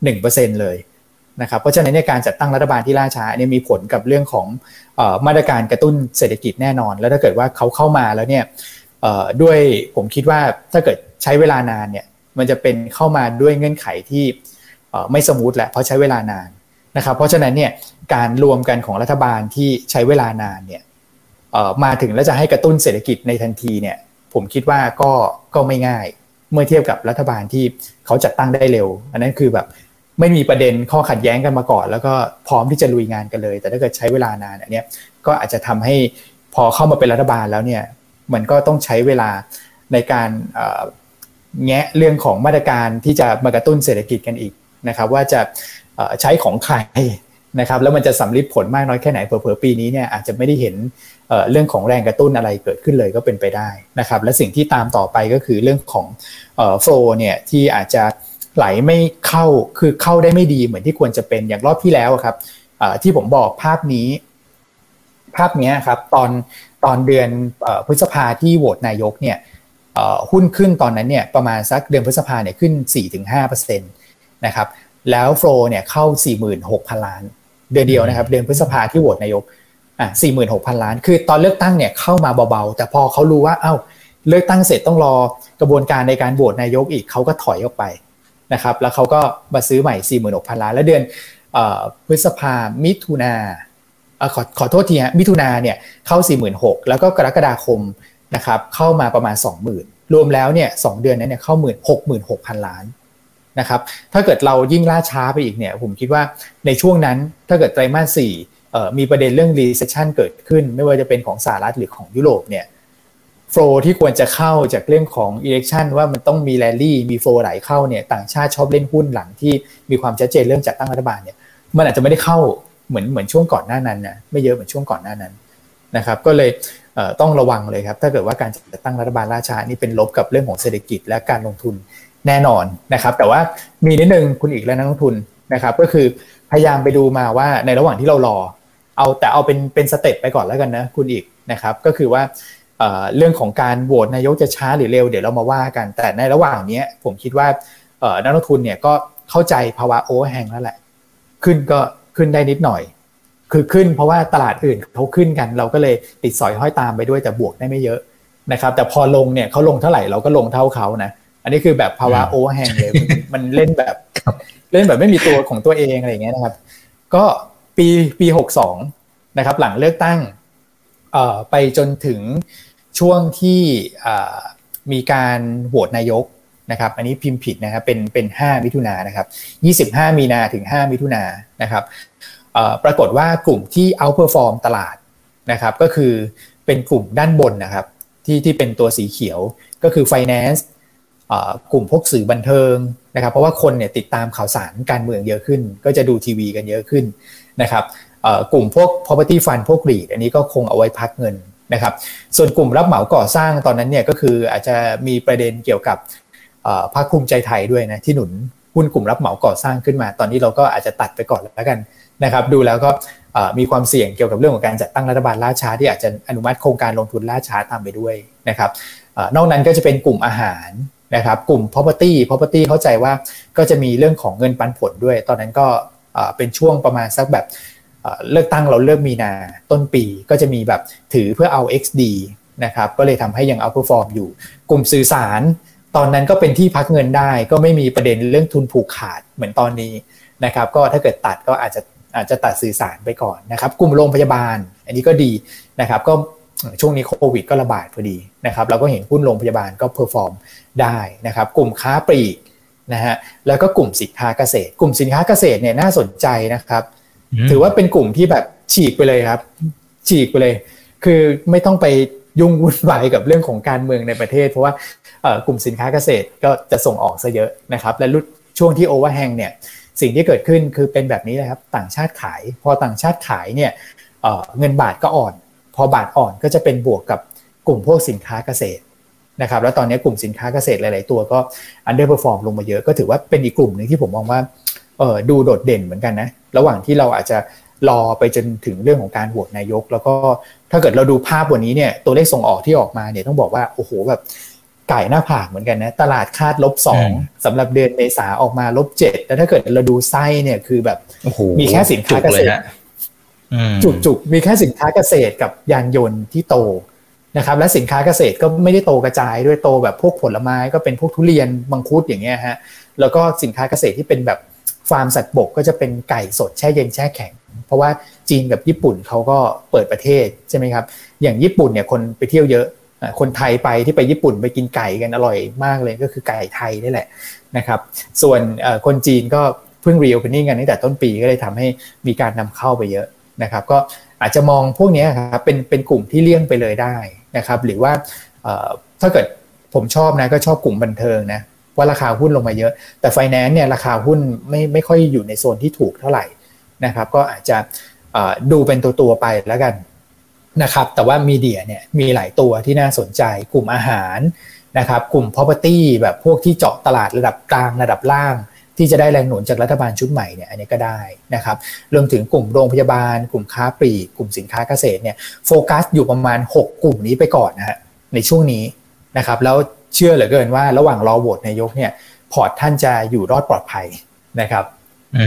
1% เลยนะครับเพราะฉะนั้นในการจัดตั้งรัฐบาลที่ล่าช้าเนี่ยมีผลกับเรื่องของมาตรการกระตุ้นเศรษฐกิจแน่นอนแล้วถ้าเกิดว่าเขาเข้ามาแล้วเนี่ยด้วยผมคิดว่าถ้าเกิดใช้เวลานานเนี่ยมันจะเป็นเข้ามาด้วยเงื่อนไขที่ไม่สมูทแหละเพราะใช้เวลานานนะครับเพราะฉะนั้นเนี่ยการรวมกันของรัฐบาลที่ใช้เวลานานเนี่ยมาถึงแล้วจะให้กระตุ้นเศรษฐกิจในทันทีเนี่ยผมคิดว่าก็ไม่ง่ายเมื่อเทียบกับรัฐบาลที่เขาจัดตั้งได้เร็วอันนั้นคือแบบไม่มีประเด็นข้อขัดแย้งกันมาก่อนแล้วก็พร้อมที่จะลุยงานกันเลยแต่ถ้าเกิดใช้เวลานานอันนี้ก็อาจจะทำให้พอเข้ามาเป็นรัฐบาลแล้วเนี่ยมันก็ต้องใช้เวลาในการแงะเรื่องของมาตรการที่จะมากระตุ้นเศรษฐกิจกันอีกนะครับว่าจะใช้ของใครนะครับแล้วมันจะสำลิดผลมากน้อยแค่ไหนเผลอๆปีนี้เนี่ยอาจจะไม่ได้เห็นเรื่องของแรงกระตุ้นอะไรเกิดขึ้นเลยก็เป็นไปได้นะครับและสิ่งที่ตามต่อไปก็คือเรื่องของโฟล์เนี่ยที่อาจจะไหลไม่เข้าคือเข้าได้ไม่ดีเหมือนที่ควรจะเป็นอย่างรอบที่แล้วครับที่ผมบอกภาพนี้ครับตอนเดือนพฤษภาที่โหวตนายกเนี่ยหุ้นขึ้นตอนนั้นเนี่ยประมาณสักเดือนพฤษภาเนี่ยขึ้น 4-5% นะครับแล้วโฟล์เนี่ยเข้า 46,000 ล้านเดือนเดียวนะครับเดือนพฤษภาที่โหวตนายก46,000 ล้านคือตอนเลือกตั้งเนี่ยเข้ามาเบาๆแต่พอเขารู้ว่าเลือกตั้งเสร็จต้องรอกระบวนการในการโหวตนายกอีกเขาก็ถอยออกไปนะครับแล้วเขาก็มาซื้อใหม่ 46,000 ล้านแล้วเดือนพฤษภามิถุนาขอโทษทีฮะมิถุนาเนี่ยเข้า 46,000 แล้วก็กรกฎาคมนะครับเข้ามาประมาณ 20,000 รวมแล้วเนี่ย2เดือนนั้นเนี่ยเข้า 66,000 ล้านนะครับถ้าเกิดเรายิ่งล่าช้าไปอีกเนี่ยผมคิดว่าในช่วงนั้นถ้าเกิดไตรมาส 4มีประเด็นเรื่อง recession เกิดขึ้นไม่ว่าจะเป็นของสหรัฐหรือของยุโรปเนี่ยโฟลที่ควรจะเข้าจากเรื่องของ election ว่ามันต้องมีแรลลี่มีโฟลไหลเข้าเนี่ยต่างชาติชอบเล่นหุ้นหลังที่มีความชัดเจนเรื่องจัดตั้งรัฐบาลเนี่ยมันอาจจะไม่ได้เข้าเหมือนช่วงก่อนหน้านั้นนะไม่เยอะเหมือนช่วงก่อนหน้านั้นนะครับก็เลยต้องระวังเลยครับถ้าเกิดว่าการจัดตั้งรัฐบาลล่าช้านี่เป็นลบกับเรื่องของเศรษฐกิจและการลงทุนแน่นอนนะครับแต่ว่ามีนิดนึงคุณอีกและนักลงทุนนะครับก็คือพยายามไปดูมาว่าในระหว่างที่เรารอเอาเป็นสเต็ปไปก่อนแล้วกันนะคุณอีกนะครับก็คือว่าเรื่องของการโหวตนายกจะช้าหรือเร็วเดี๋ยวเรามาว่ากันแต่ในระหว่างนี้ผมคิดว่านักลงทุนเนี่ยก็เข้าใจภาวะโอเวอร์แฮงแล้วแหละขึ้นก็ขึ้นได้นิดหน่อยคือขึ้นเพราะว่าตลาดอื่นเขาขึ้นกันเราก็เลยติดสอยห้อยตามไปด้วยแต่บวกได้ไม่เยอะนะครับแต่พอลงเนี่ยเขาลงเท่าไหร่เราก็ลงเท่าเขานะอันนี้คือแบบภาวะโอเวอร์แฮงเลยมันเล่นแบบไม่มีตัวของตัวเองอะไรอย่างเงี้ยนะครับก็ปี62นะครับหลังเลือกตั้งไปจนถึงช่วงที่มีการโหวตนายกนะครับอันนี้พิมพ์ผิดนะครับเป็น5มิถุนายนนะครับ25มีนาถึง5มิถุนายนนะครับปรากฏว่ากลุ่มที่ outperform ตลาดนะครับก็คือเป็นกลุ่มด้านบนนะครับที่เป็นตัวสีเขียวก็คือ finance กลุ่มพวกสื่อบันเทิงนะครับเพราะว่าคนเนี่ยติดตามข่าวสารการเมืองเยอะขึ้นก็จะดูทีวีกันเยอะขึ้นนะครับกลุ่มพวก property fund พวก REIT อันนี้ก็คงเอาไว้พักเงินนะครับส่วนกลุ่มรับเหมาก่อสร้างตอนนั้นเนี่ยก็คืออาจจะมีประเด็นเกี่ยวกับพรรคภูมิใจไทยด้วยนะที่หนุนหุ้นกลุ่มรับเหมาก่อสร้างขึ้นมาตอนนี้เราก็อาจจะตัดไปก่อนแล้วกันนะครับดูแล้วก็มีความเสี่ยงเกี่ยวกับเรื่องของการจัดตั้งรัฐบาลล่าช้าที่อาจจะอนุมัติโครงการลงทุนล่าช้าตามไปด้วยนะครับนอกนั้นก็จะเป็นกลุ่มอาหารนะครับกลุ่ม property เข้าใจว่าก็จะมีเรื่องของเงินปันผลด้วยตอนนั้นก็เป็นช่วงประมาณสักแบบเลือกตั้งเราเลือกมีนาต้นปีก็จะมีแบบถือเพื่อเอา XD นะครับก็เลยทำให้ยัง outperform อยู่กลุ่มสื่อสารตอนนั้นก็เป็นที่พักเงินได้ก็ไม่มีประเด็นเรื่องทุนผูกขาดเหมือนตอนนี้นะครับก็ถ้าเกิดตัดก็อาจจะตัดสื่อสารไปก่อนนะครับกลุ่มโรงพยาบาลอันนี้ก็ดีนะครับก็ช่วงนี้โควิดก็ระบาดพอดีนะครับเราก็เห็นหุ้นโรงพยาบาลก็เพอร์ฟอร์มได้นะครับกลุ่มค้าปลีกนะฮะแล้วก็กลุ่มสินค้าเกษตรกลุ่มสินค้าเกษตรเนี่ยน่าสนใจนะครับถือว่าเป็นกลุ่มที่แบบฉีกไปเลยครับฉีกไปเลยคือไม่ต้องไปยุ่งวุ่นวายกับเรื่องของการเมืองในประเทศเพราะว่ากลุ่มสินค้าเกษตรก็จะส่งออกซะเยอะนะครับและช่วงที่โอเวอร์แฮงเนี่ยสิ่งที่เกิดขึ้นคือเป็นแบบนี้เลยครับต่างชาติขายพอต่างชาติขายเนี่ยเงินบาทก็อ่อนพอบาทอ่อนก็จะเป็นบวกกับกลุ่มพวกสินค้าเกษตรนะครับแล้วตอนนี้กลุ่มสินค้าเกษตรหลายๆตัวก็ underperform ลงมาเยอะก็ถือว่าเป็นอีกกลุ่มนึงที่ผมมองว่าดูโดดเด่นเหมือนกันนะระหว่างที่เราอาจจะรอไปจนถึงเรื่องของการโหวตนายกแล้วก็ถ้าเกิดเราดูภาพวันนี้เนี่ยตัวเลขส่งออกที่ออกมาเนี่ยต้องบอกว่าโอ้โหแบบไก่หน้าผากเหมือนกันนะตลาดคาดๆสำหรับเดือนเมษาออกมา-7แล้วถ้าเกิดเราดูไส้เนี่ยคือแบบมีแค่สินค้าเกษตรจุกมีแค่สินค้าเกษตรกับยานยนต์ที่โตนะครับและสินค้าเกษตรก็ไม่ได้โตกระจายด้วยโตแบบพวกผลไม้ก็เป็นพวกทุเรียนมังคุดอย่างเงี้ยฮะแล้วก็สินค้าเกษตรที่เป็นแบบฟาร์มสัตว์บกก็จะเป็นไก่สดแช่เย็นแช่แข็งเพราะว่าจีนกับญี่ปุ่นเขาก็เปิดประเทศใช่ไหมครับอย่างญี่ปุ่นเนี่ยคนไปเที่ยวเยอะคนไทยไปที่ไปญี่ปุ่นไปกินไก่กันอร่อยมากเลยก็คือไก่ไทยนี่แหละนะครับส่วนคนจีนก็เพิ่ง reopening กันตั้งแต่ต้นปีก็เลยทำให้มีการนำเข้าไปเยอะนะครับก็อาจจะมองพวกนี้ครับเป็นกลุ่มที่เลี่ยงไปเลยได้นะครับหรือว่าถ้าเกิดผมชอบนะก็ชอบกลุ่มบันเทิงนะว่าราคาหุ้นลงมาเยอะแต่ไฟแนนซ์เนี่ยราคาหุ้นไม่ค่อยอยู่ในโซนที่ถูกเท่าไหร่นะครับก็อาจจะดูเป็นตัวไปแล้วกันนะครับแต่ว่ามีเดียเนี่ยมีหลายตัวที่น่าสนใจกลุ่มอาหารนะครับกลุ่ม property แบบพวกที่เจาะตลาดระดับกลางระดับล่างที่จะได้แรงหนุนจากรัฐบาลชุดใหม่เนี่ยอันนี้ก็ได้นะครับรวมถึงกลุ่มโรงพยาบาลกลุ่มค้าปลีกกลุ่มสินค้าเกษตรเนี่ยโฟกัสอยู่ประมาณ6กลุ่มนี้ไปก่อนนะฮะในช่วงนี้นะครับแล้วเชื่อเหลือเกินว่าระหว่างรอโหวตนายกเนี่ยพอร์ตท่านจะอยู่รอดปลอดภัยนะครับ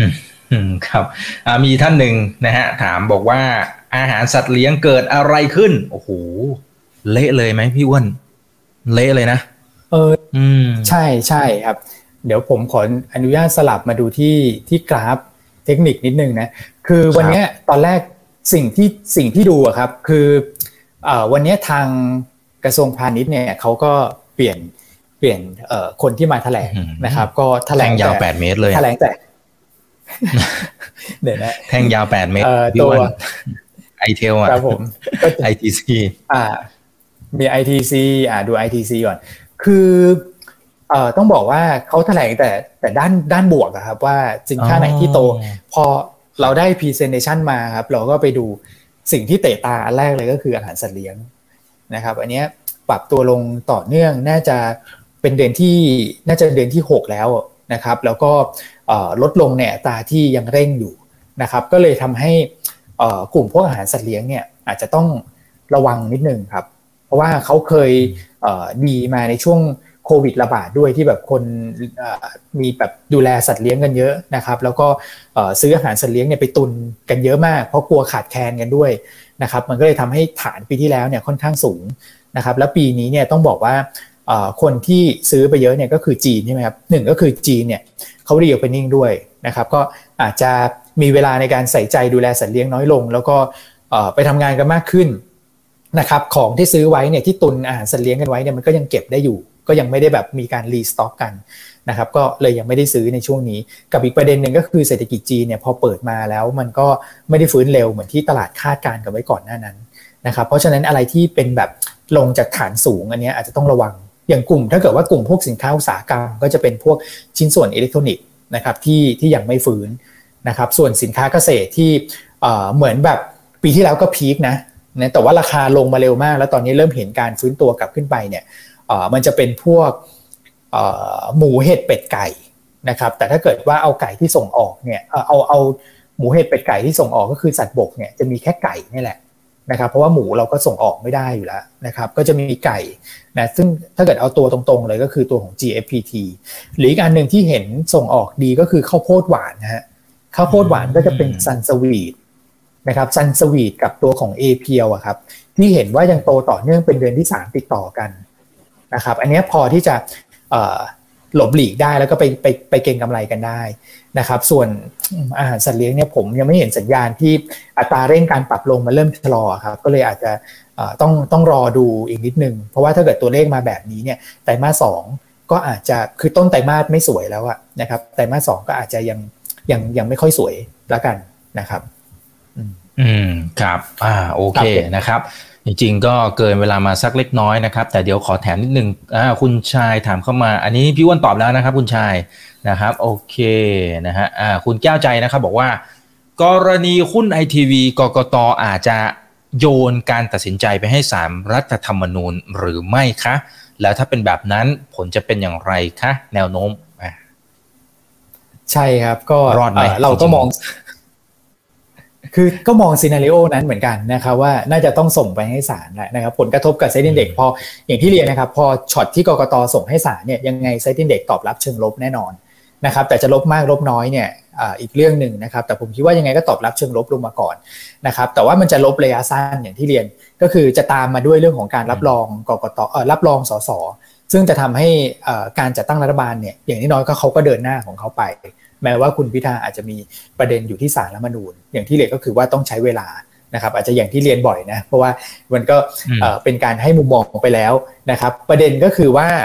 ครับมีท่านหนึ่งนะฮะถามบอกว่าอาหารสัตว์เลี้ยงเกิดอะไรขึ้นโอ้โหเละเลยไหมพี่อ้วนเละเลยนะใช่ใช่ครับเดี๋ยวผมขออนุญาตสลับมาดูที่กราฟเทคนิคนิดนึงนะคือวันนี้ตอนแรกสิ่งที่ดูอะครับคือวันนี้ทางกระทรวงพาณิชย์เนี่ยเขาก็เปลี่ยนคนที่มาแถลงนะครับก็แถลงยาว8 เมตรเลยแถลงแต่เดี๋ยวนะแท่งยาว8 เมตรตัวไอเทลอ่ะครับผม ITC มี ITC ดู ITC ก่อนคือต้องบอกว่าเขาแถลงแต่ด้านบวกอะครับว่าสินค้าไหนที่โตพอเราได้ presentation มาครับเราก็ไปดูสิ่งที่เตะตาอันแรกเลยก็คืออาหารสัตว์เลี้ยงนะครับอันนี้ปรับตัวลงต่อเนื่องน่าจะเป็นเดือนที่6แล้วนะครับแล้วก็ลดลงเนี่ยตาที่ยังเร่งอยู่นะครับก็เลยทำให้กลุ่มพวกอาหารสัตว์เลี้ยงเนี่ยอาจจะต้องระวังนิดนึงครับเพราะว่าเขาเคยดีมาในช่วงโควิดระบาดด้วยที่แบบคนมีแบบดูแลสัตว์เลี้ยงกันเยอะนะครับแล้วก็ซื้ออาหารสัตว์เลี้ยงเนี่ยไปตุนกันเยอะมากเพราะกลัวขาดแคลนกันด้วยนะครับมันก็เลยทำให้ฐานปีที่แล้วเนี่ยค่อนข้างสูงนะครับแล้วปีนี้เนี่ยต้องบอกว่าคนที่ซื้อไปเยอะเนี่ยก็คือจีนใช่ไหมครับหนึ่งก็คือจีนเนี่ยเขารีโอเพนนิ่งด้วยนะครับก็อาจจะมีเวลาในการใส่ใจดูแลสัตว์เลี้ยงน้อยลงแล้วก็ไปทำงานกันมากขึ้นนะครับของที่ซื้อไว้เนี่ยที่ตุนอาหารสัตว์เลี้ยงกันไว้เนี่ยมันก็ยังเก็บได้อยู่ก็ยังไม่ได้แบบมีการรีสต็อกกันนะครับก็เลยยังไม่ได้ซื้อในช่วงนี้กับอีกประเด็นหนึ่งก็คือเศรษฐกิจจีนเนี่ยพอเปิดมาแล้วมันก็ไม่ได้ฟื้นเร็วเหมือนที่ตลาดคาดการณ์กันไว้ก่อนหน้านั้นนะครับเพราะฉะนั้นอะไรที่เป็นแบบลงจากฐานสูงอันนี้อาจจะต้องระวังอย่างกลุ่มถ้าเกิดว่ากลุ่มพวกสินค้าอุตสาหกรรมก็จะเป็นพวกชิ้นส่วนอิเล็กทรอนิกส์นะครับที่ยังไม่ฟื้นนะครับส่วนสินค้าเกษตรที่เหมือนแบบปีที่แล้วก็พีคนะแต่ว่าราคาลงมาเร็วมากแล้วตอนนี้เริ่มเห็นการฟื้นตัวกลับขึ้นไปเนี่ยมันจะเป็นพวกหมูเห็ดเป็ดไก่นะครับแต่ถ้าเกิดว่าเอาไก่ที่ส่งออกเนี่ยเอาหมูเห็ดเป็ดไก่ที่ส่งออกก็คือสัตว์บกเนี่ยจะมีแค่ไก่นี่แหละนะครับเพราะว่าหมูเราก็ส่งออกไม่ได้อยู่แล้วนะครับก็จะมีไก่นะซึ่งถ้าเกิดเอาตัวตรงๆเลยก็คือตัวของ GFPT หรืออีกอันหนึ่งที่เห็นส่งออกดีก็คือข้าวโพดหวานนะฮะข้าวโพดหวานก็จะเป็นซันสวีทนะครับซันสวีทกับตัวของ APL อะครับที่เห็นว่ายังโตต่อเนื่องเป็นเดือนที่3ติดต่อกันนะครับอันนี้พอที่จะหลบหลีกได้แล้วก็ไปเก็งกำไรกันได้นะครับส่วนอาหารสัตว์เลี้ยงเนี่ยผมยังไม่เห็นสัญญาณที่อัตราเร่งการปรับลงมาเริ่มชะลอครับก็เลยอาจจะต้องรอดูอีกนิดนึงเพราะว่าถ้าเกิดตัวเลขมาแบบนี้เนี่ยไตรมาส2ก็อาจจะคือต้นไตรมาสไม่สวยแล้วอะนะครับไตรมาส2ก็อาจจะยังไม่ค่อยสวยแล้วกันนะครับครับโอเคนะครับจริงๆก็เกินเวลามาสักเล็กน้อยนะครับแต่เดี๋ยวขอแถมนิดนึงคุณชายถามเข้ามาอันนี้พี่อ้วนตอบแล้วนะครับคุณชายนะครับโอเคนะฮะคุณแก้วใจนะครับบอกว่ากรณีหุ้น ITV กกต.อาจจะโยนการตัดสินใจไปให้ศาลรัฐธรรมนูญหรือไม่คะแล้วถ้าเป็นแบบนั้นผลจะเป็นอย่างไรคะแนวโน้มใช่ครับก็รอดไหมเราก็มองคือก็มองซีนาริโอนั้นเหมือนกันนะครับว่าน่าจะต้องส่งไปให้ศาลแหละนะครับผลกระทบกับเซ็นดิ้งเด็กพออย่างที่เรียนนะครับพอช็อตที่กกต.ส่งให้ศาลเนี่ยยังไงเซ็นดิ้งเด็กตอบรับเชิงลบแน่นอนนะครับแต่จะลบมากลบน้อยเนี่ยอีกเรื่องนึงนะครับแต่ผมคิดว่ายังไงก็ตอบรับเชิงลบลงมาก่อนนะครับแต่ว่ามันจะลบระยะสั้นอย่างที่เรียนก็คือจะตามมาด้วยเรื่องของการรับรองกกต.รับรองสสซึ่งจะทำให้การจัดตั้งรัฐบาลเนี่ยอย่างน้อยก็เขาก็เดินหน้าของเขาไปแม้ว่าคุณพิธาอาจจะมีประเด็นอยู่ที่ศาลรัฐธรรมนูญอย่างที่เรียนก็คือว่าต้องใช้เวลานะครับอาจจะอย่างที่เรียนบ่อยนะเพราะว่ามันก็เป็นการให้มุมมองไปแล้วนะครับประเด็นก็คือว่า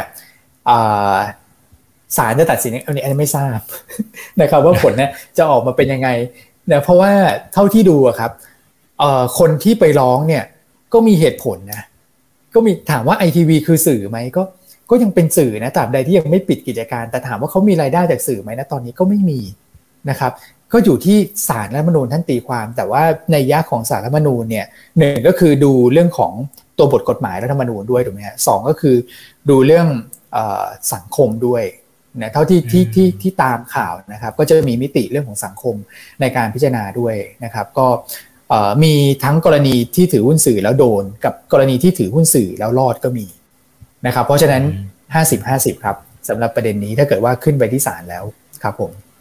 ศาลจะตัดสินอันนี้ไม่ทราบนะครับว่าผลเนี่ยจะออกมาเป็นยังไงนะเพราะว่าเท่าที่ดูครับคนที่ไปร้องเนี่ยก็มีเหตุผลนะก็มีถามว่า ITV คือสื่อไหมก็ยังเป็นสื่อนะตราบใดที่ยังไม่ปิดกิจการแต่ถามว่าเขามีรายได้จากสื่อไหมนะตอนนี้ก็ไม่มีนะครับก็อยู่ที่ศาลรัฐธรรมนูญท่านตีความแต่ว่าในยะของศาลรัฐธรรมนูญเนี่ยหนึ่งก็คือดูเรื่องของตัวบทกฎหมายรัฐธรรมนูญด้วยถูกไหมฮะสองก็คือดูเรื่องสังคมด้วยนะเท่าที่ตามข่าวนะครับก็จะมีมิติเรื่องของสังคมในการพิจารณาด้วยนะครับก็มีทั้งกรณีที่ถือหุ้นสื่อแล้วโดนกับกรณีที่ถือหุ้นสื่อแล้วรอดก็มีนะครับเพราะฉะนั้น 50-50 ครับสำหรับประเด็นนี้ถ้าเกิดว่าขึ้นไปที่ศาลแล้วครับผม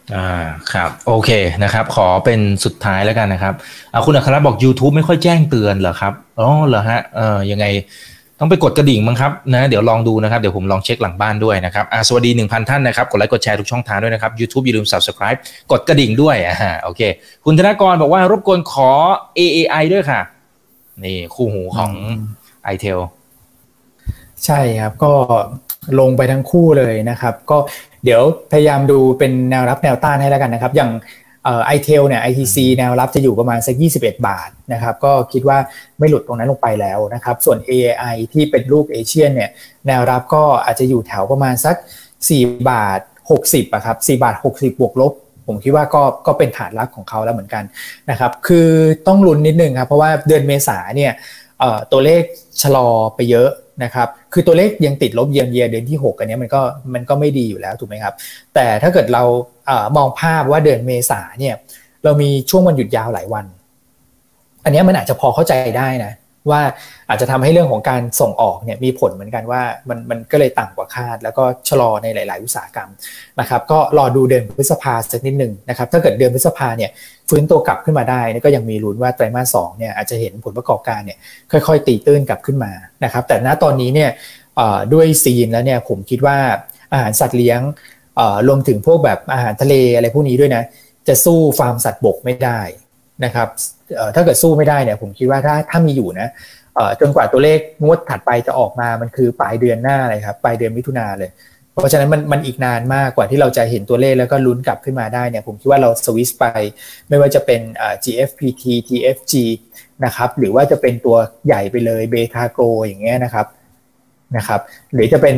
ครับโอเคนะครับขอเป็นสุดท้ายแล้วกันนะครับคุณอัครบอก YouTube ไม่ค่อยแจ้งเตือนเหรอครับเหรอฮะยังไงต้องไปกดกระดิ่งมั้งครับนะเดี๋ยวลองดูนะครับเดี๋ยวผมลองเช็คหลังบ้านด้วยนะครับสวัสดี 1,000 ท่านนะครับกดไลค์กดแชร์ทุกช่องทางด้วยนะครับ YouTube อย่าลืม Subscribe กดกระดิ่งด้วยโอเคคุณธนกรบอกว่ารบกวนขอ AAI ด้วยค่ะนี่คู่หูของ iTel ใช่ครับก็ลงไปทั้งคู่เลยนะครับก็เดี๋ยวพยายามดูเป็นแนวรับแนวต้านให้แล้วกันนะครับอย่างiTel เนี่ย ITC แนวรับจะอยู่ประมาณสัก21 บาทนะครับก็คิดว่าไม่หลุดตรงนั้นลงไปแล้วนะครับส่วน AAI ที่เป็นรูปเอเชียนเนี่ยแนวรับก็อาจจะอยู่แถวประมาณสัก4 บาท 60อะครับ4 บาท 60บวกลบผมคิดว่าก็เป็นฐานรับของเขาแล้วเหมือนกันนะครับคือต้องลุ้นนิดนึงครับเพราะว่าเดือนเมษาเนี่ยตัวเลขชะลอไปเยอะนะครับคือตัวเลขยังติดลบเยียร์เดือนที่6อันนี้มันก็ไม่ดีอยู่แล้วถูกไหมครับแต่ถ้าเกิดเรามองภาพว่าเดือนเมษาเนี่ยเรามีช่วงวันหยุดยาวหลายวันอันนี้มันอาจจะพอเข้าใจได้นะว่าอาจจะทำให้เรื่องของการส่งออกเนี่ยมีผลเหมือนกันว่ามันก็เลยต่ำกว่าคาดแล้วก็ชะลอในหลายๆอุตสาหกรรมนะครับก็รอดูเดือนพฤษภาสักนิดนึงนะครับถ้าเกิดเดือนพฤษภาเนี่ยฟื้นตัวกลับขึ้นมาได้นี่ก็ยังมีลุ้นว่าไตรมาส 2เนี่ยอาจจะเห็นผลประกอบการเนี่ยค่อยๆตีตื้นกลับขึ้นมานะครับแต่ณตอนนี้เนี่ยด้วยซีนแล้วเนี่ยผมคิดว่าอาหารสัตว์เลี้ยงรวมถึงพวกแบบอาหารทะเลอะไรพวกนี้ด้วยนะจะสู้ฟาร์มสัตว์บกไม่ได้นะครับถ้าเกิดสู้ไม่ได้เนี่ยผมคิดว่าถ้ามีอยู่นะจนกว่าตัวเลขงวดถัดไปจะออกมามันคือปลายเดือนหน้าเลยครับปลายเดือนมิถุนาเลยเพราะฉะนั้นมันอีกนานมากกว่าที่เราจะเห็นตัวเลขแล้วก็ลุ้นกลับขึ้นมาได้เนี่ยผมคิดว่าเราสวิชไปไม่ว่าจะเป็นGFPT TFG นะครับหรือว่าจะเป็นตัวใหญ่ไปเลยเบทาโกรอย่างเงี้ยนะครับหรือจะเป็น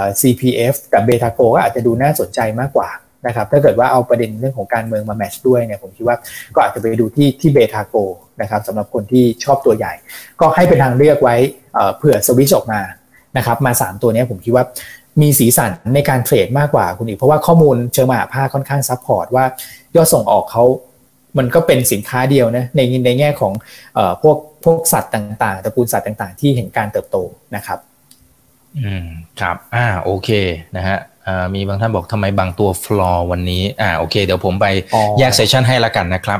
CPF กับเบทาโกก็อาจจะดูน่าสนใจมากกว่านะครับถ้าเกิดว่าเอาประเด็นเรื่องของการเมืองมาแมทช์ด้วยเนี่ยผมคิดว่าก็อาจจะไปดูที่เบทาโกนะครับสำหรับคนที่ชอบตัวใหญ่ก็ให้เป็นทางเลือกไว้เผื่อสวิชออกมานะครับมา3ตัวนี้ผมคิดว่ามีสีสันในการเทรดมากกว่าคุณอีกเพราะว่าข้อมูลเชิงมหาภาคค่อนข้างซัพพอร์ตว่ายอดส่งออกเขามันก็เป็นสินค้าเดียวนะในแง่ของพวกสัตว์ต่างๆตระกูลสัตว์ต่างๆที่เห็นการเติบโตนะครับครับโอเคนะฮะมีบางท่านบอกทำไมบางตัวฟลอร์วันนี้โอเคเดี๋ยวผมไปแยกเซสชั่นให้ละกันนะครับ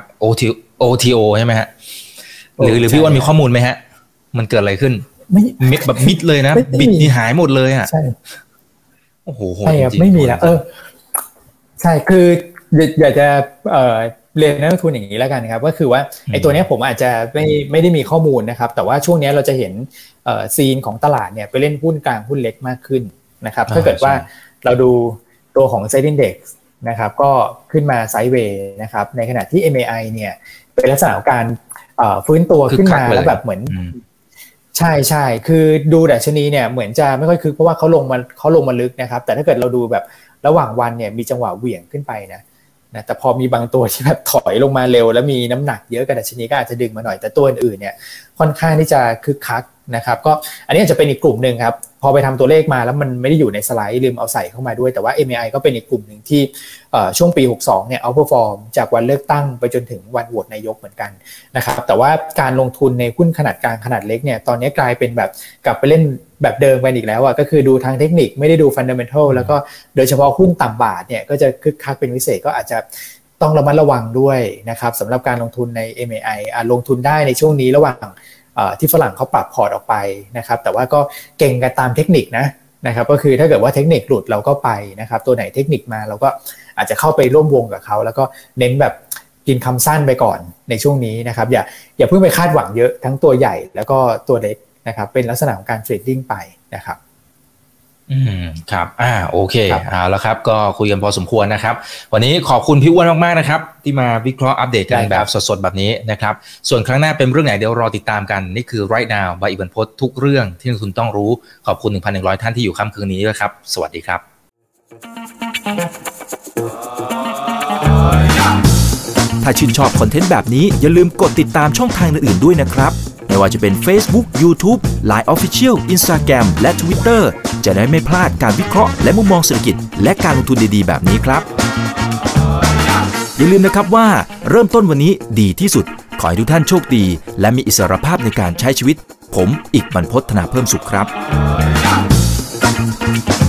OTO ใช่ไหมฮะหรือพี่วันมีข้อมูลไหมฮะมันเกิดอะไรขึ้นแบบมิดเลยนะบิดนี่หายหมดเลยใช่โอ้โหใช่ครับไม่มีแล้วใช่คืออยากจะเรียนนักลงทุนอย่างนี้แล้วกันครับก็คือว่าไอ้ตัวนี้ผมอาจจะไม่ได้มีข้อมูลนะครับแต่ว่าช่วงนี้เราจะเห็นซีนของตลาดเนี่ยไปเล่นหุ้นกลางหุ้นเล็กมากขึ้นนะครับถ้าเกิดว่าเราดูตัวของ Set Index นะครับก็ขึ้นมาไซด์เวย์นะครับในขณะที่ MAI เนี่ยเป็นลักษณะของการฟื้นตัวขึ้นมาแล้วแบบเหมือนใช่คือดูดัชนีเนี่ยเหมือนจะไม่ค่อยคึกเพราะว่าเขาลงมาลึกนะครับแต่ถ้าเกิดเราดูแบบระหว่างวันเนี่ยมีจังหวะเหวี่ยงขึ้นไปนะแต่พอมีบางตัวที่แบบถอยลงมาเร็วแล้วมีน้ำหนักเยอะกับดัชนีก็อาจจะดึงมาหน่อยแต่ตัวอื่นๆเนี่ยค่อนข้างที่จะคึกคักนะครับก็อันนี้อาจจะเป็นอีกกลุ่มนึงครับพอไปทำตัวเลขมาแล้วมันไม่ได้อยู่ในสไลด์ลืมเอาใส่เข้ามาด้วยแต่ว่า MAI ก็เป็นอีกกลุ่มนึงที่ช่วงปี62เนี่ยเอาท์เพอร์ฟอร์มจากวันเลือกตั้งไปจนถึงวันโหวตนายกเหมือนกันนะครับแต่ว่าการลงทุนในหุ้นขนาดกลางขนาดเล็กเนี่ยตอนนี้กลายเป็นแบบกลับไปเล่นแบบเดิมกันอีกแล้วก็คือดูทางเทคนิคไม่ได้ดูฟันดาเมนทัลแล้วก็โดยเฉพาะหุ้นต่ำบาทเนี่ยก็จะคึกคักเป็นพิเศษก็อาจจะต้องระมัดระวังด้วยนะครับสำหรับการลงทุนใน MAI ลงทุนได้ในช่วงนี้ระหว่างที่ฝรั่งเขาปรับพอร์ตออกไปนะครับแต่ว่าก็เก่งกันตามเทคนิคนะครับก็คือถ้าเกิดว่าเทคนิคหลุดเราก็ไปนะครับตัวไหนเทคนิคมาเราก็อาจจะเข้าไปร่วมวงกับเขาแล้วก็เน้นแบบกินคำสั้นไปก่อนในช่วงนี้นะครับอย่าเพิ่งไปคาดหวังเยอะทั้งตัวใหญ่แล้วก็ตัวเล็กนะครับเป็นลักษณะของการเทรดดิ้งไปนะครับครับโอเคแล้วครับก็คุยกันพอสมควรนะครับวันนี้ขอบคุณพี่อ้วนมากๆนะครับที่มาวิเคราะห์อัปเดตกันแบบสดๆแบบนี้นะครับส่วนครั้งหน้าเป็นเรื่องไหนเดี๋ยวรอติดตามกันนี่คือ Right Now บายอีกบรรพตทุกเรื่องที่นักลงทุนต้องรู้ขอบคุณ 1,100 ท่านที่อยู่ค่ำคืนนี้ด้วยครับสวัสดีครับถ้าชื่นชอบคอนเทนต์แบบนี้อย่าลืมกดติดตามช่องทางอื่นๆด้วยนะครับไม่ว่าจะเป็น Facebook, YouTube, Line Official, Instagram และ Twitter จะได้ไม่พลาดการวิเคราะห์และมุมมองเศรษฐกิจและการลงทุนดีๆแบบนี้ครับอย่าลืมนะครับว่าเริ่มต้นวันนี้ดีที่สุดขอให้ทุกท่านโชคดีและมีอิสรภาพในการใช้ชีวิตผมอีกบรรพต ธนาเพิ่มสุขครับ